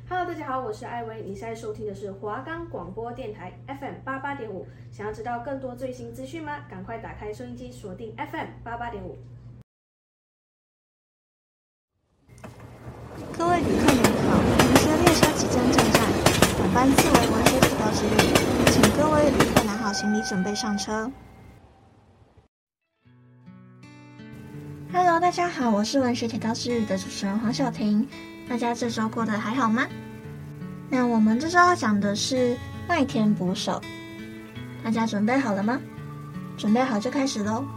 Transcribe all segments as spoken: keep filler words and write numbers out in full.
Hello， 大家好，我是艾薇，你现在收听的是华冈广播电台 F M 八八点五。想要知道更多最新资讯吗？赶快打开收音机，锁定 F M 八八点五。 各位旅客您好，文学列车即将进站，本班次为文学铁道之旅，请各位旅客拿好行李，准备上车。Hello， 大家好，我是文学铁道之旅的主持人黄晓婷。大家这周过得还好吗？那我们这周要讲的是麦田捕手，大家准备好了吗？准备好就开始咯。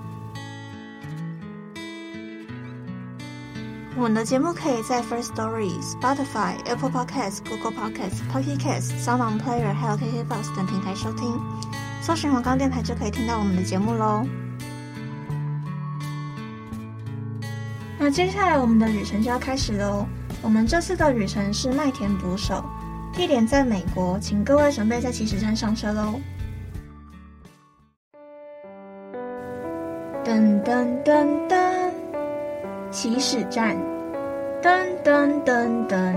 我们的节目可以在 First Story、Spotify、Apple Podcasts、Google Podcasts、Pocket Casts、Sound On Player 还有 K K Box 等平台收听，搜寻华冈电台就可以听到我们的节目咯。那接下来我们的旅程就要开始咯。我们这次的旅程是麦田捕手，地点在美国，请各位准备在起始站上车咯。噔噔噔噔，起始站，噔噔噔噔。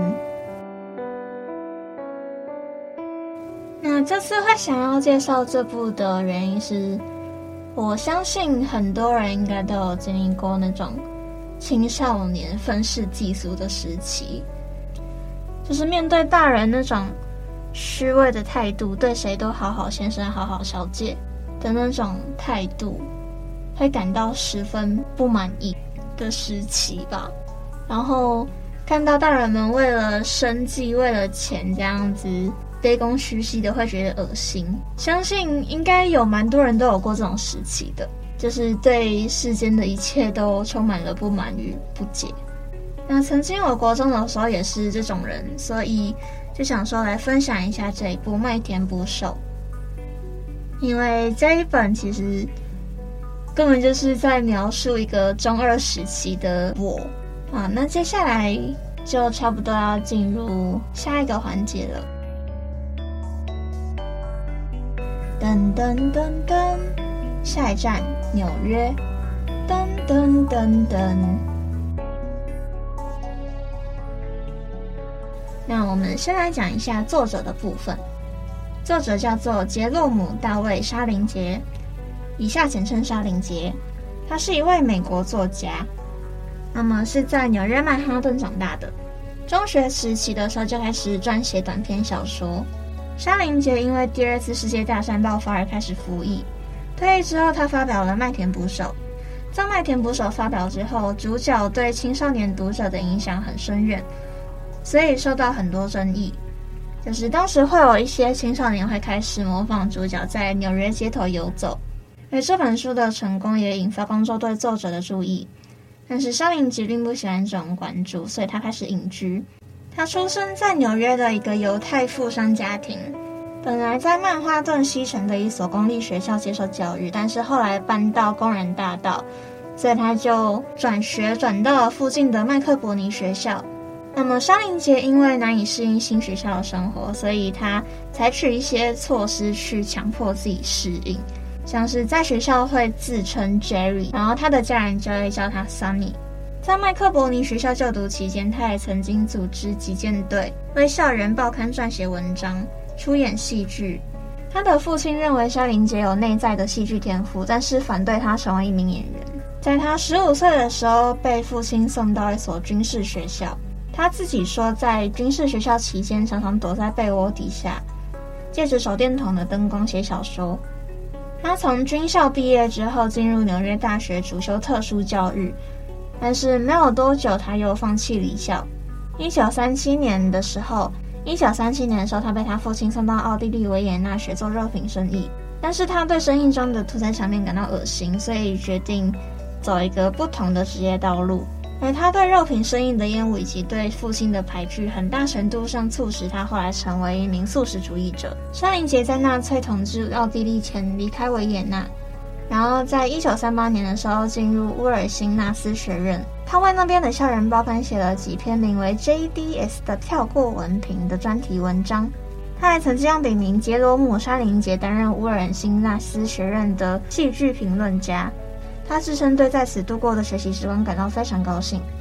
那这次会想要介绍这部的原因是，我相信很多人应该都有经历过那种青少年愤世嫉俗的时期，就是面对大人那种虚伪的态度，对谁都好好先生好好小姐的那种态度，会感到十分不满意的时期吧。然后看到大人们为了生计为了钱这样子卑躬屈膝的，会觉得恶心。相信应该有蛮多人都有过这种时期的，就是对世间的一切都充满了不满与不解。那曾经我国中的时候也是这种人，所以就想说来分享一下这一部《麦田捕手》，因为这一本其实根本就是在描述一个中二时期的我啊。那接下来就差不多要进入下一个环节了。噔噔噔噔，下一站纽约，噔噔噔噔。那我们先来讲一下作者的部分。作者叫做杰洛姆·大卫·沙林杰，以下简称沙林杰。他是一位美国作家，那么是在纽约曼哈顿长大的。中学时期的时候就开始撰写短篇小说。沙林杰因为第二次世界大战爆发而开始服役。退役之后，他发表了《麦田捕手》。在《麦田捕手》发表之后，主角对青少年读者的影响很深远，所以受到很多争议。就是当时会有一些青少年会开始模仿主角在纽约街头游走，而这本书的成功也引发公众对作者的注意。但是沙林杰并不喜欢这种关注，所以他开始隐居。他出生在纽约的一个犹太富商家庭。本来在曼哈顿西城的一所公立学校接受教育，但是后来搬到工人大道，所以他就转学转到了附近的麦克伯尼学校。那么沙林杰因为难以适应新学校的生活，所以他采取一些措施去强迫自己适应，像是在学校会自称 Jerry， 然后他的家人就会叫他 Sunny。在麦克伯尼学校就读期间，他也曾经组织击剑队，为校园报刊撰写文章，出演戏剧。他的父亲认为沙林杰有内在的戏剧天赋，但是反对他成为一名演员。在他十五岁的时候，被父亲送到一所军事学校。他自己说，在军事学校期间，常常躲在被窝底下，借着手电筒的灯光写小说。他从军校毕业之后，进入纽约大学主修特殊教育，但是没有多久，他又放弃离校。一九三七年的时候，一九三七年的时候，他被他父亲送到奥地利维也纳学做肉品生意，但是他对生意中的涂在墙面感到恶心，所以决定走一个不同的职业道路。而他对肉品生意的厌恶以及对父亲的排拒，很大程度上促使他后来成为一名素食主义者。沙林杰在纳粹统治奥地利前离开维也纳，然后在一九三八年的时候进入乌尔辛纳斯学院。他为那边的校园报刊写了几篇名为 J D S 的跳过文凭的专题文章。他还曾经用笔名杰罗姆·沙林杰担任乌尔辛纳斯学院的戏剧评论家。他自称对在此度过的学习时光感到非常高兴。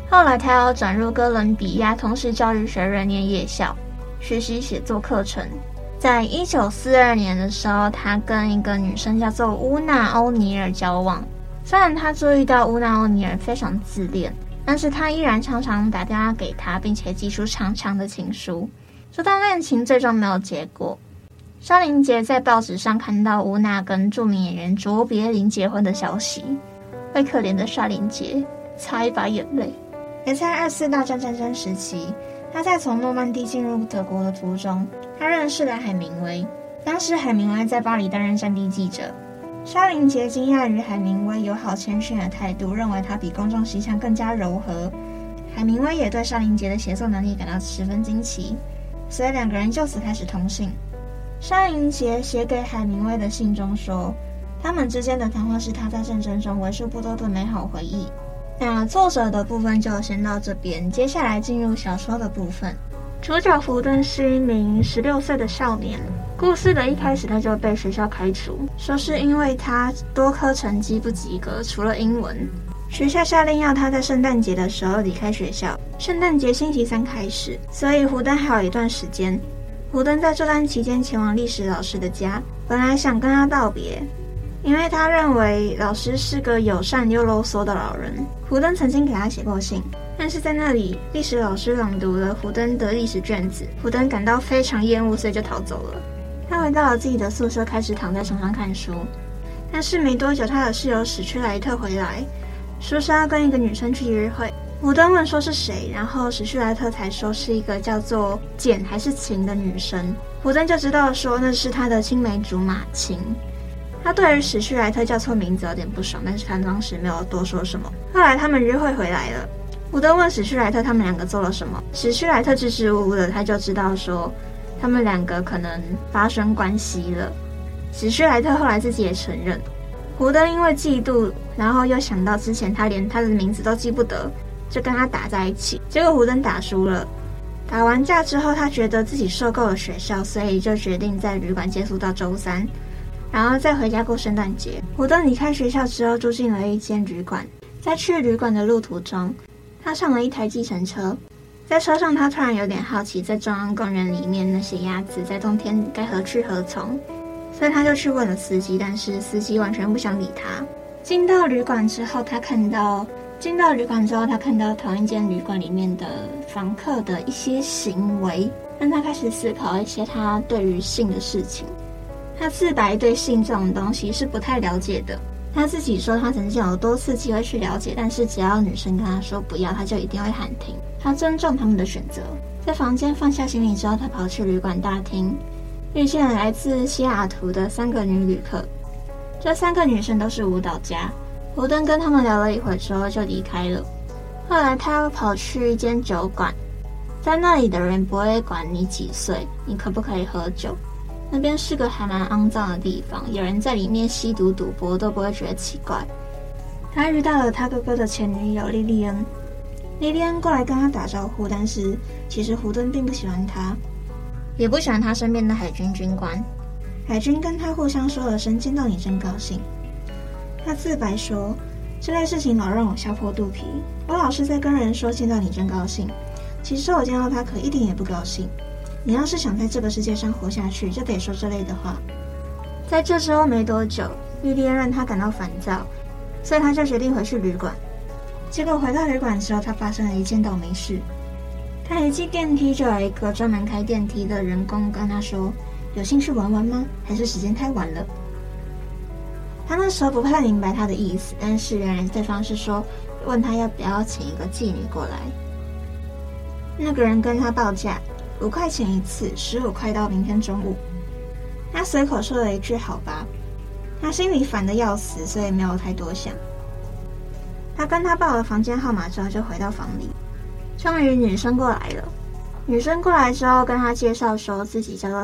后来他要转入哥伦比亚通识教育学院念夜校，学习写作课程。在一九四二年的时候，他跟一个女生叫做乌娜·欧尼尔交往。虽然他注意到乌娜·欧尼尔非常自恋，但是他依然常常打电话给他，并且寄出长长的情书。这段恋情最终没有结果。沙林杰在报纸上看到乌娜跟著名演员卓别林结婚的消息，为可怜的沙林杰擦一把眼泪。也在二次大战战争时期，他在从诺曼底进入德国的途中，他认识了海明威。当时海明威在巴黎担任战地记者，沙林杰惊讶于海明威友好谦逊的态度，认为他比公众形象更加柔和。海明威也对沙林杰的写作能力感到十分惊奇，所以两个人就此开始通信。沙林杰写给海明威的信中说，他们之间的谈话是他在战争中为数不多的美好回忆。那作者的部分就先到这边，接下来进入小说的部分。主角福登是一名十六岁的少年，故事的一开始他就被学校开除，说是因为他多科成绩不及格，除了英文。学校下令要他在圣诞节的时候离开学校，圣诞节星期三开始，所以福登还有一段时间。福登在这段期间前往历史老师的家，本来想跟他道别，因为他认为老师是个友善又啰嗦的老人。福登曾经给他写过信，但是在那里历史老师朗读了福登的历史卷子，福登感到非常厌恶，所以就逃走了。他回到了自己的宿舍，开始躺在床上看书。但是没多久，他的室友史屈莱特回来，说是要跟一个女生去约会。福登问说是谁，然后史屈莱特才说是一个叫做简还是晴的女生。福登就知道说那是他的青梅竹马晴。他对于史屈莱特叫错名字有点不爽，但是他当时没有多说什么。后来他们约会回来了，福登问史屈莱特他们两个做了什么，史屈莱特支支吾吾的，他就知道说他们两个可能发生关系了。史屈莱特后来自己也承认。福登因为嫉妒，然后又想到之前他连他的名字都记不得，就跟他打在一起。结果福登打输了，打完架之后他觉得自己受够了学校，所以就决定在旅馆借宿到周三，然后再回家过圣诞节。福登离开学校之后住进了一间旅馆，在去旅馆的路途中，他上了一台计程车。在车上他突然有点好奇，在中央公园里面那些鸭子在冬天该何去何从，所以他就去问了司机，但是司机完全不想理他。进到旅馆之后，他看到进到旅馆之后，他看到同一间旅馆里面的房客的一些行为，让他开始思考一些他对于性的事情。他自白对性这种东西是不太了解的，他自己说他曾经有多次机会去了解，但是只要女生跟他说不要，他就一定会喊停。他尊重他们的选择。在房间放下行李之后，他跑去旅馆大厅，遇见了来自西雅图的三个女旅客。这三个女生都是舞蹈家。福登跟他们聊了一会之后就离开了。后来他又跑去一间酒馆，在那里的人不会管你几岁，你可不可以喝酒。那边是个还蛮肮脏的地方，有人在里面吸毒赌博都不会觉得奇怪。他遇到了他哥哥的前女友莉莉恩，莉莉恩过来跟他打招呼，但是其实福登并不喜欢他，也不喜欢他身边的海军军官。海军跟他互相说了声见到你真高兴。他自白说，这类事情老让我笑破肚皮，我老是在跟人说见到你真高兴，其实我见到他可一点也不高兴。你要是想在这个世界上活下去，就得说这类的话。在这之后没多久，莉莉安让他感到烦躁，所以他就决定回去旅馆。结果回到旅馆之后，他发生了一件倒霉事。他一进电梯就有一个专门开电梯的员工跟他说，有兴趣玩玩吗？还是时间太晚了？他那时候不太明白他的意思，但是原来对方是说问他要不要请一个妓女过来。那个人跟他报价五块钱一次，十五块到明天中午。他随口说了一句好吧，他心里烦得要死，所以没有太多想。他跟他报了房间号码之后就回到房里。终于女生过来了，女生过来之后跟他介绍说自己叫做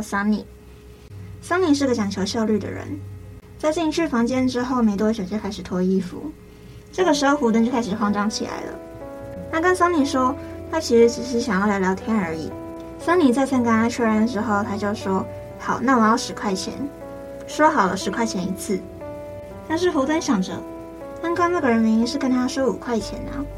Sunny。Sunny 是个讲求效率的人。在进去房间之后没多久就开始脱衣服。这个时候福登就开始慌张起来了。他跟 Sunny 说他其实只是想要聊聊天而已。 Sunny 再三跟他确认之后，他就说好，那我要十块钱。说好了十块钱一次。但是福登想着刚刚那个人明明是跟他说五块钱啊。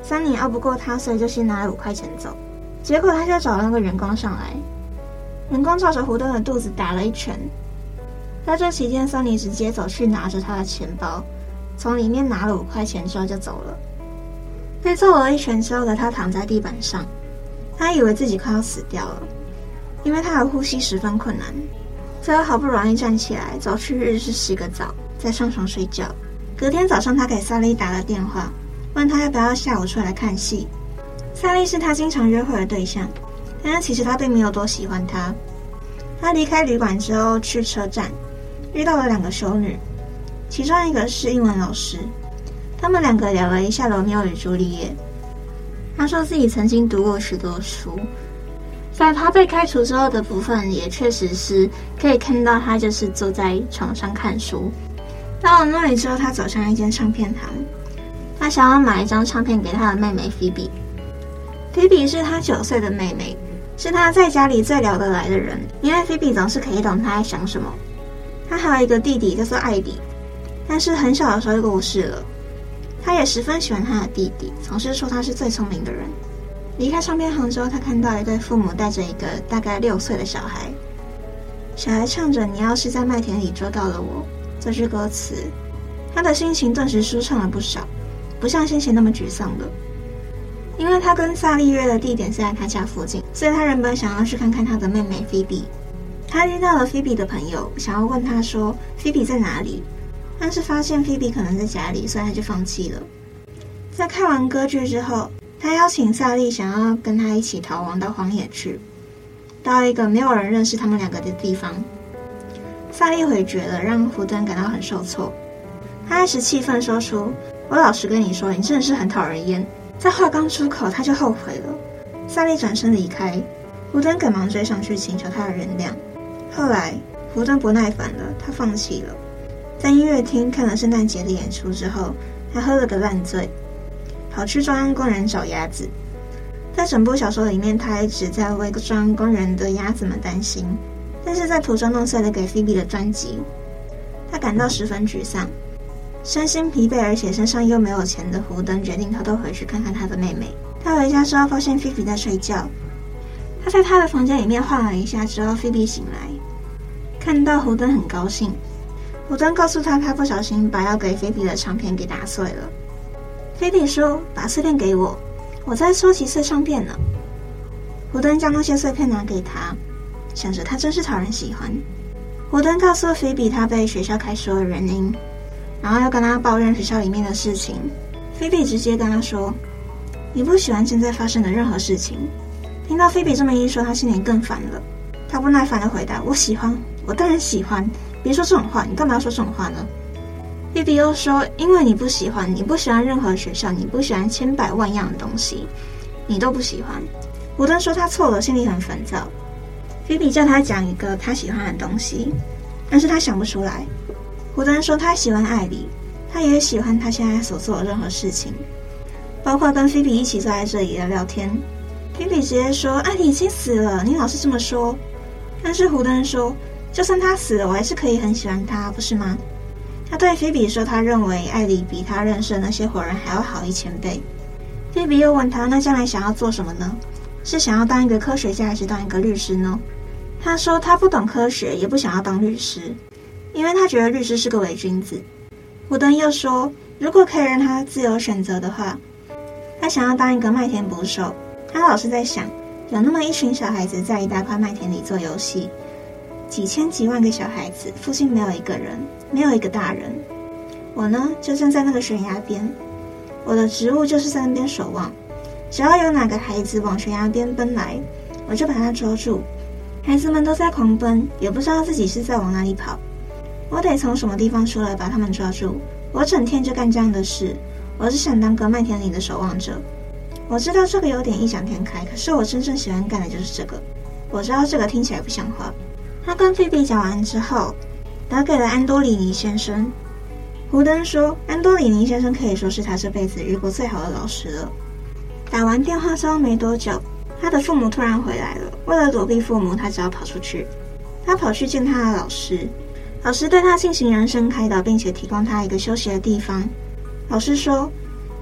三年熬不过他，所以就先拿了五块钱走。结果他就找了那个员工上来，员工照着胡登的肚子打了一拳。在这期间，桑尼直接走去拿着他的钱包，从里面拿了五块钱之后就走了。被揍了一拳之后的他躺在地板上，他以为自己快要死掉了，因为他的呼吸十分困难。最后好不容易站起来，走去浴室洗个澡，再上床睡觉。隔天早上，他给萨莉打了电话，问他要不要下午出来看戏。萨莉是他经常约会的对象，但是其实他并没有多喜欢他。他离开旅馆之后去车站，遇到了两个修女，其中一个是英文老师。他们两个聊了一下罗密欧与朱丽叶。他说自己曾经读过许多书，在他被开除之后的部分，也确实是可以看到他就是坐在床上看书。到了那里之后，他走向一间唱片行，他想要买一张唱片给他的妹妹菲比。菲比是他九岁的妹妹，是他在家里最聊得来的人，因为菲比总是可以懂他在想什么。他还有一个弟弟叫做艾迪，但是很小的时候就过世了。他也十分喜欢他的弟弟，总是说他是最聪明的人。离开唱片行之后，他看到一对父母带着一个大概六岁的小孩，小孩唱着你要是在麦田里捉到了我这句歌词，他的心情顿时舒畅了不少，不像先前那么沮丧了。因为他跟萨莉约的地点是在他家附近，所以他原本想要去看看他的妹妹菲比。他遇到了菲比的朋友，想要问他说菲比在哪里，但是发现菲比可能在家里，所以他就放弃了。在看完歌剧之后，他邀请萨莉想要跟他一起逃亡到荒野去，到一个没有人认识他们两个的地方。萨莉回绝了，让胡登感到很受挫。他一时气愤说出：“我老实跟你说，你真的是很讨人厌。”在话刚出口，他就后悔了。萨莉转身离开，胡登赶忙追上去请求他的原谅。后来，胡登不耐烦了，他放弃了。在音乐厅看了圣诞节的演出之后，他喝了个烂醉，跑去中央公园找鸭子。在整部小说里面，他一直在为中央公园的鸭子们担心，但是在途中弄碎了给菲比的专辑，他感到十分沮丧。身心疲惫而且身上又没有钱的胡登决定偷偷回去看看他的妹妹。他回家之后发现菲比在睡觉，他在他的房间里面晃了一下之后，菲比醒来，看到胡登很高兴。胡登告诉他，他不小心把要给菲比的唱片给打碎了。菲比说：“把碎片给我，我在收集碎唱片呢。”胡登将那些碎片拿给他，想着他真是讨人喜欢。胡登告诉菲比他被学校开除的原因，然后又跟他抱怨学校里面的事情。菲比直接跟他说：“你不喜欢现在发生的任何事情。”听到菲比这么一说，他心里更烦了。他不耐烦地回答：“我喜欢，我当然喜欢。别说这种话，你干嘛要说这种话呢？”菲比又说：“因为你不喜欢，你不喜欢任何学校，你不喜欢千百万样的东西，你都不喜欢。”胡登说他错了，心里很烦躁。菲比叫他讲一个他喜欢的东西，但是他想不出来。胡登说他喜欢艾莉，他也喜欢他现在所做的任何事情，包括跟菲比一起坐在这里聊聊天。菲比直接说：“艾莉已经死了，你老是这么说。”但是胡登说：“就算他死了，我还是可以很喜欢他，不是吗？”他对菲比说他认为艾莉比他认识的那些活人还要好一千倍。菲比又问他：“那将来想要做什么呢？是想要当一个科学家还是当一个律师呢？”他说他不懂科学，也不想要当律师，因为他觉得律师是个伪君子。胡登又说，如果可以让他自由选择的话，他想要当一个麦田捕手。他老是在想，有那么一群小孩子在一大块麦田里做游戏，几千几万个小孩子，附近没有一个人，没有一个大人。我呢，就站在那个悬崖边，我的职务就是在那边守望。只要有哪个孩子往悬崖边奔来，我就把他捉住。孩子们都在狂奔，也不知道自己是在往哪里跑。我得从什么地方出来把他们抓住。我整天就干这样的事，我只想当个麦田里的守望者。我知道这个有点异想天开，可是我真正喜欢干的就是这个。我知道这个听起来不像话。他跟菲比讲完之后，打给了安多里尼先生。胡登说，安多里尼先生可以说是他这辈子遇过最好的老师了。打完电话之后没多久，他的父母突然回来了。为了躲避父母，他只好跑出去。他跑去见他的老师，老师对他进行人生开导，并且提供他一个休息的地方。老师说，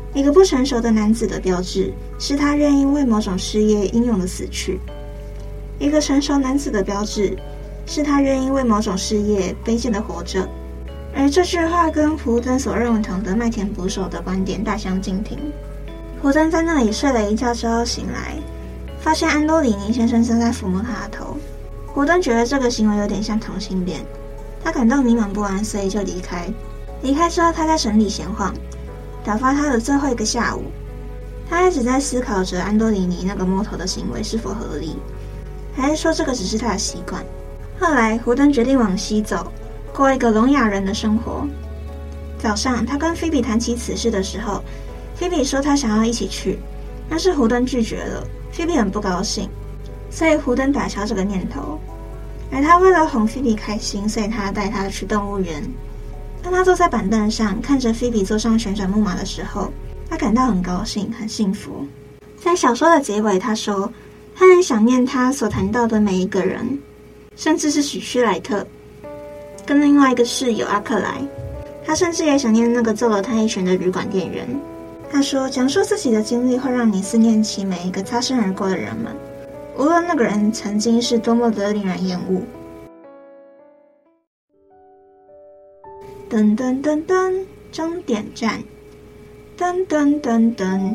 一个不成熟的男子的标志是他愿意为某种事业英勇的死去，一个成熟男子的标志是他愿意为某种事业卑贱的活着。而这句话跟胡登所认同的麦田捕手的观点大相径庭。胡登在那里睡了一觉之后醒来，发现安多里尼先生正在抚摸他的头。胡登觉得这个行为有点像同性恋，他感到迷茫不安，所以就离开。离开之后，他在城里闲晃，打发他的最后一个下午。他一直在思考着安多里尼那个摸头的行为是否合理，还是说这个只是他的习惯。后来胡登决定往西走，过一个聋哑人的生活。早上他跟菲比谈起此事的时候，菲比说他想要一起去，但是胡登拒绝了。菲比很不高兴，所以胡登打消这个念头。而他为了哄菲比开心，所以他带她去动物园。当他坐在板凳上看着菲比坐上旋转木马的时候，他感到很高兴很幸福。在小说的结尾，他说他很想念他所谈到的每一个人，甚至是许屈莱特跟另外一个室友阿克莱。他甚至也想念那个揍了他一拳的旅馆店员。他说讲述自己的经历会让你思念起每一个擦身而过的人们，无论那个人曾经是多么的令人厌恶。噔噔噔噔，终点站。噔噔噔噔。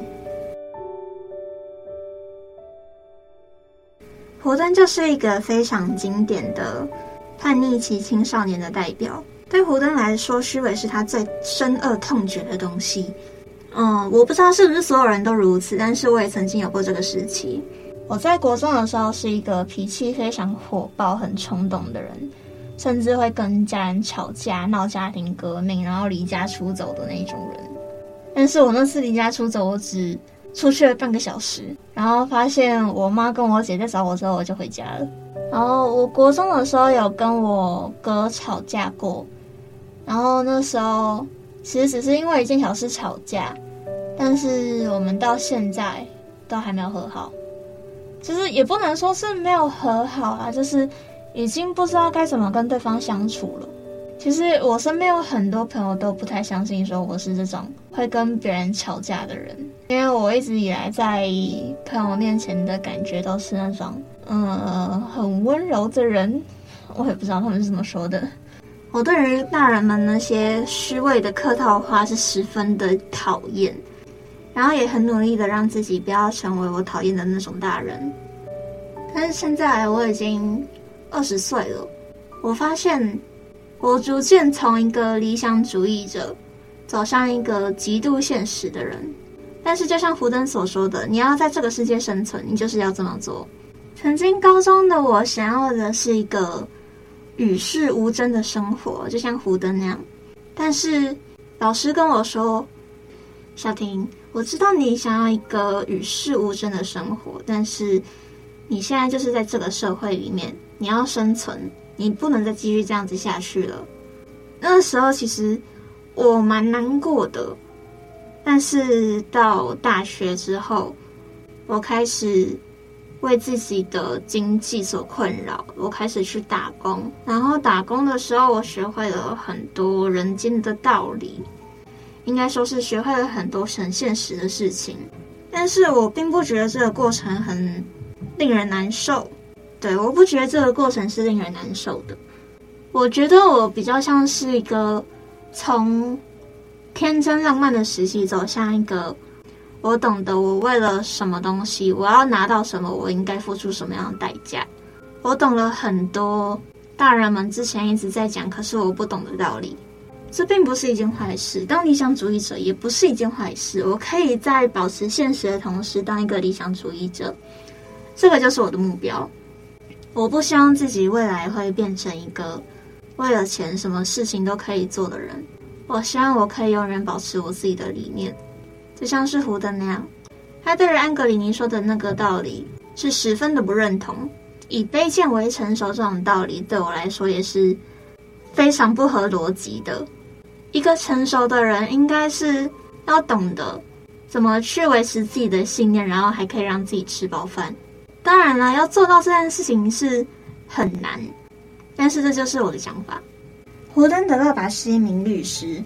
胡登就是一个非常经典的叛逆期青少年的代表。对胡登来说，虚伪是他最深恶痛绝的东西。嗯，我不知道是不是所有人都如此，但是我也曾经有过这个时期。我在国中的时候是一个脾气非常火爆、很冲动的人，甚至会跟家人吵架、闹家庭革命，然后离家出走的那种人。但是我那次离家出走，我只出去了半个小时，然后发现我妈跟我姐在找我之后，我就回家了。然后我国中的时候有跟我哥吵架过，然后那时候其实只是因为一件小事吵架，但是我们到现在都还没有和好。就是也不能说是没有和好啊，就是已经不知道该怎么跟对方相处了。其实我身边有很多朋友都不太相信说我是这种会跟别人吵架的人，因为我一直以来在朋友面前的感觉都是那种嗯很温柔的人，我也不知道他们是怎么说的。我对于大人们那些虚伪的客套话是十分的讨厌，然后也很努力的让自己不要成为我讨厌的那种大人。但是现在我已经二十岁了，我发现我逐渐从一个理想主义者走向一个极度现实的人。但是就像胡登所说的，你要在这个世界生存，你就是要这么做。曾经高中的我想要的是一个与世无争的生活，就像胡登那样。但是老师跟我说，小婷，我知道你想要一个与世无争的生活，但是你现在就是在这个社会里面，你要生存，你不能再继续这样子下去了。那时候其实我蛮难过的，但是到大学之后，我开始为自己的经济所困扰，我开始去打工，然后打工的时候我学会了很多人间的道理，应该说是学会了很多很现实的事情。但是我并不觉得这个过程很令人难受，对，我不觉得这个过程是令人难受的。我觉得我比较像是一个从天真浪漫的时期走向一个我懂得我为了什么东西，我要拿到什么，我应该付出什么样的代价。我懂了很多大人们之前一直在讲可是我不懂的道理。这并不是一件坏事，当理想主义者也不是一件坏事。我可以在保持现实的同时当一个理想主义者，这个就是我的目标。我不希望自己未来会变成一个为了钱什么事情都可以做的人。我希望我可以永远保持我自己的理念，就像是胡登那样。他对于安格里尼说的那个道理是十分的不认同，以卑贱为成熟这种道理对我来说也是非常不合逻辑的。一个成熟的人应该是要懂得怎么去维持自己的信念，然后还可以让自己吃饱饭。当然了，要做到这件事情是很难，但是这就是我的想法。胡登的爸爸是一名律师，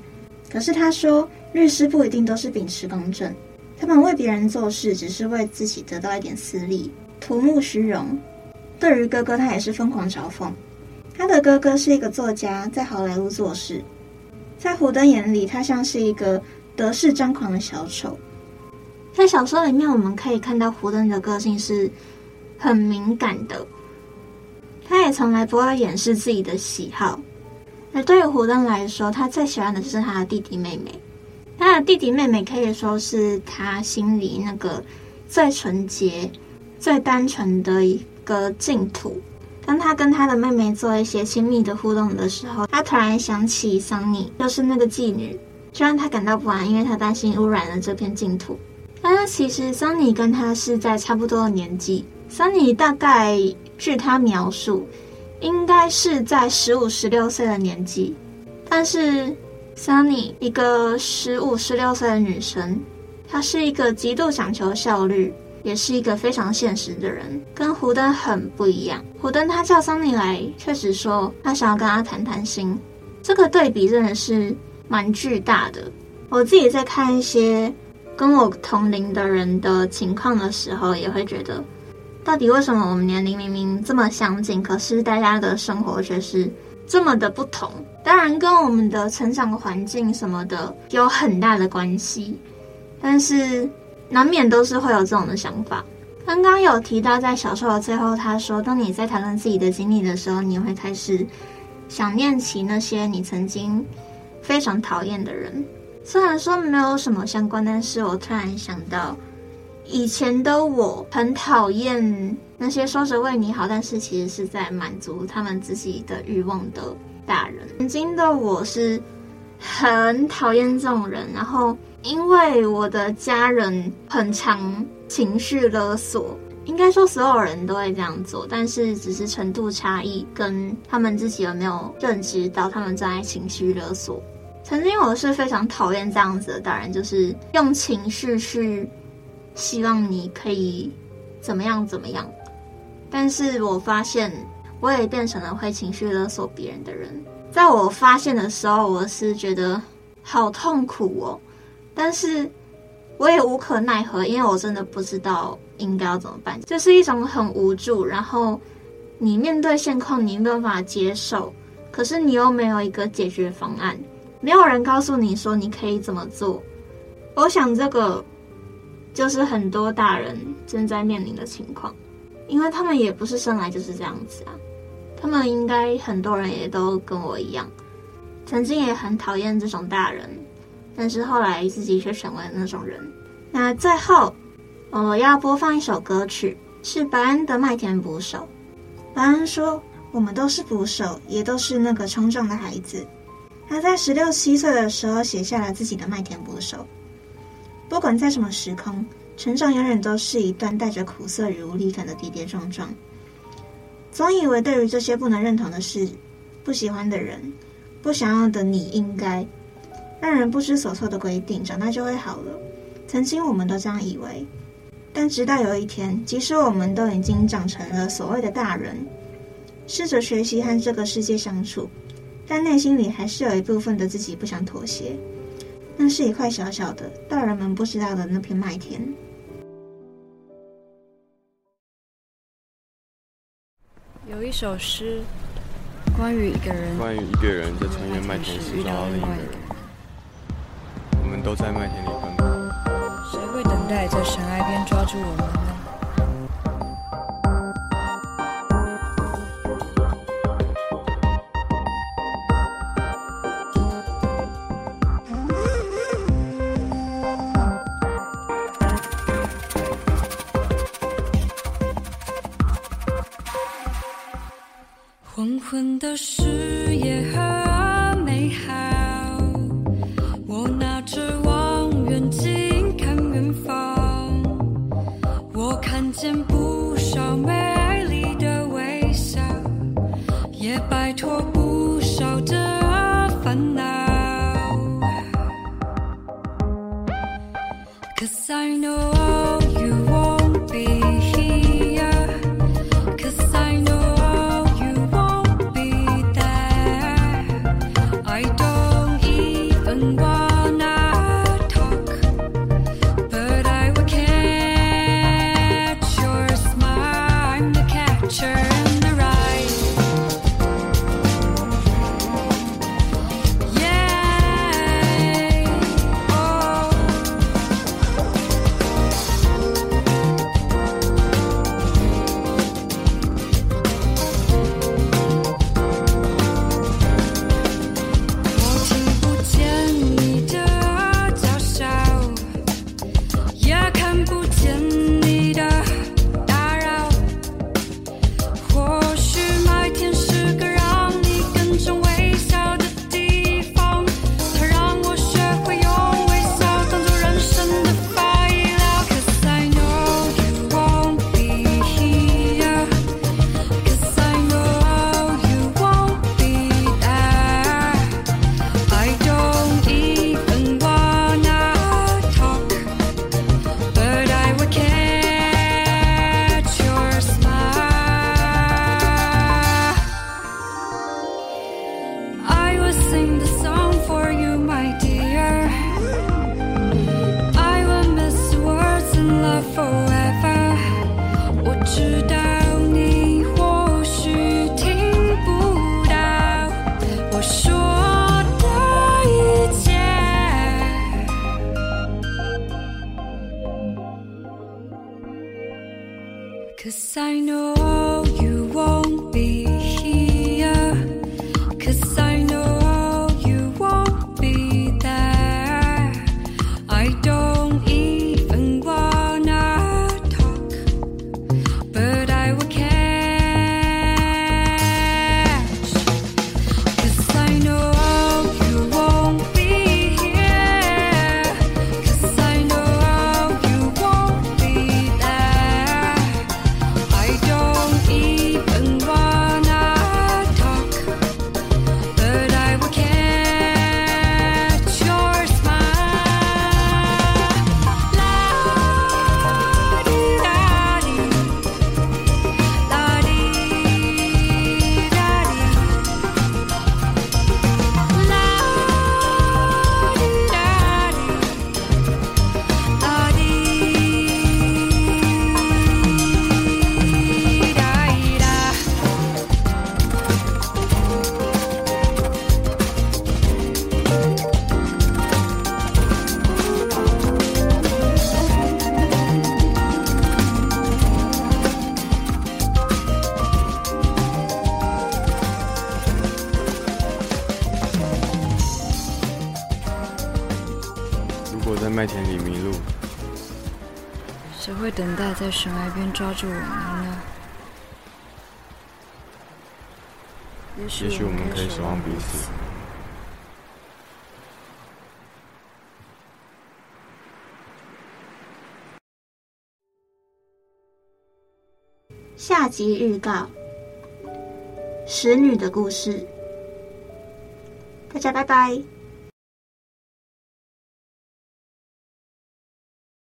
可是他说，律师不一定都是秉持公正，他们为别人做事只是为自己得到一点私利，图慕虚荣。对于哥哥，他也是疯狂嘲讽。他的哥哥是一个作家，在好莱坞做事，在胡登眼里，他像是一个得势张狂的小丑。在小说里面，我们可以看到胡登的个性是很敏感的，他也从来不会掩饰自己的喜好。而对于胡登来说，他最喜欢的就是他的弟弟妹妹。他的弟弟妹妹可以说是他心里那个最纯洁、最单纯的一个净土。当他跟他的妹妹做一些亲密的互动的时候，他突然想起桑尼，就是那个妓女，这让他感到不安，因为他担心污染了这片净土。但是其实桑尼跟他是在差不多的年纪，桑尼大概据他描述，应该是在十五、十六岁的年纪。但是桑尼一个十五、十六岁的女生，她是一个极度讲求效率，也是一个非常现实的人，跟胡登很不一样。胡登他叫桑尼来，确实说他想要跟他谈谈心，这个对比真的是蛮巨大的。我自己在看一些跟我同龄的人的情况的时候，也会觉得，到底为什么我们年龄明明这么相近，可是大家的生活却是这么的不同？当然跟我们的成长环境什么的有很大的关系，但是难免都是会有这种的想法。刚刚有提到在小说的最后，他说当你在谈论自己的经历的时候，你会开始想念起那些你曾经非常讨厌的人。虽然说没有什么相关，但是我突然想到以前的我很讨厌那些说着为你好，但是其实是在满足他们自己的欲望的大人。曾经的我是很讨厌这种人，然后因为我的家人很常情绪勒索，应该说所有人都会这样做，但是只是程度差异跟他们自己有没有认知到他们正在情绪勒索。曾经我是非常讨厌这样子的大人，就是用情绪去希望你可以怎么样怎么样，但是我发现我也变成了会情绪勒索别人的人。在我发现的时候，我是觉得好痛苦哦，但是我也无可奈何，因为我真的不知道应该要怎么办。这是一种很无助，然后你面对现况你没有办法接受，可是你又没有一个解决方案，没有人告诉你说你可以怎么做。我想这个就是很多大人正在面临的情况，因为他们也不是生来就是这样子啊，他们应该很多人也都跟我一样，曾经也很讨厌这种大人，但是后来自己却成为了那种人。那最后我要播放一首歌曲，是白安的《麦田捕手》。白安说，我们都是捕手，也都是那个冲撞的孩子。他在十六七岁的时候写下了自己的《麦田捕手》。不管在什么时空，成长永远都是一段带着苦涩与无力感的跌跌撞撞。总以为对于这些不能认同的事、不喜欢的人、不想要的你应该让人不知所措的规定，长大就会好了。曾经我们都这样以为，但直到有一天，即使我们都已经长成了所谓的大人，试着学习和这个世界相处，但内心里还是有一部分的自己不想妥协。那是一块小小的大人们不知道的那片麦田。 有一首诗，关于一个人， 关于一个人在穿越麦田时找到另一个人。我们都在麦田里奔跑。 谁会等待在悬崖边抓住我们呢？黄昏的视野很美好，我拿着望远镜看远方，我看见不少美丽的微笑，也摆脱不少的烦恼。 Cause I know you won't be here, Cause I know I don't even want 麦田里迷路， 谁会等待在悬崖边抓住我们呢？也许我们可以守望彼此。 下集预告：使女的故事。大家拜拜。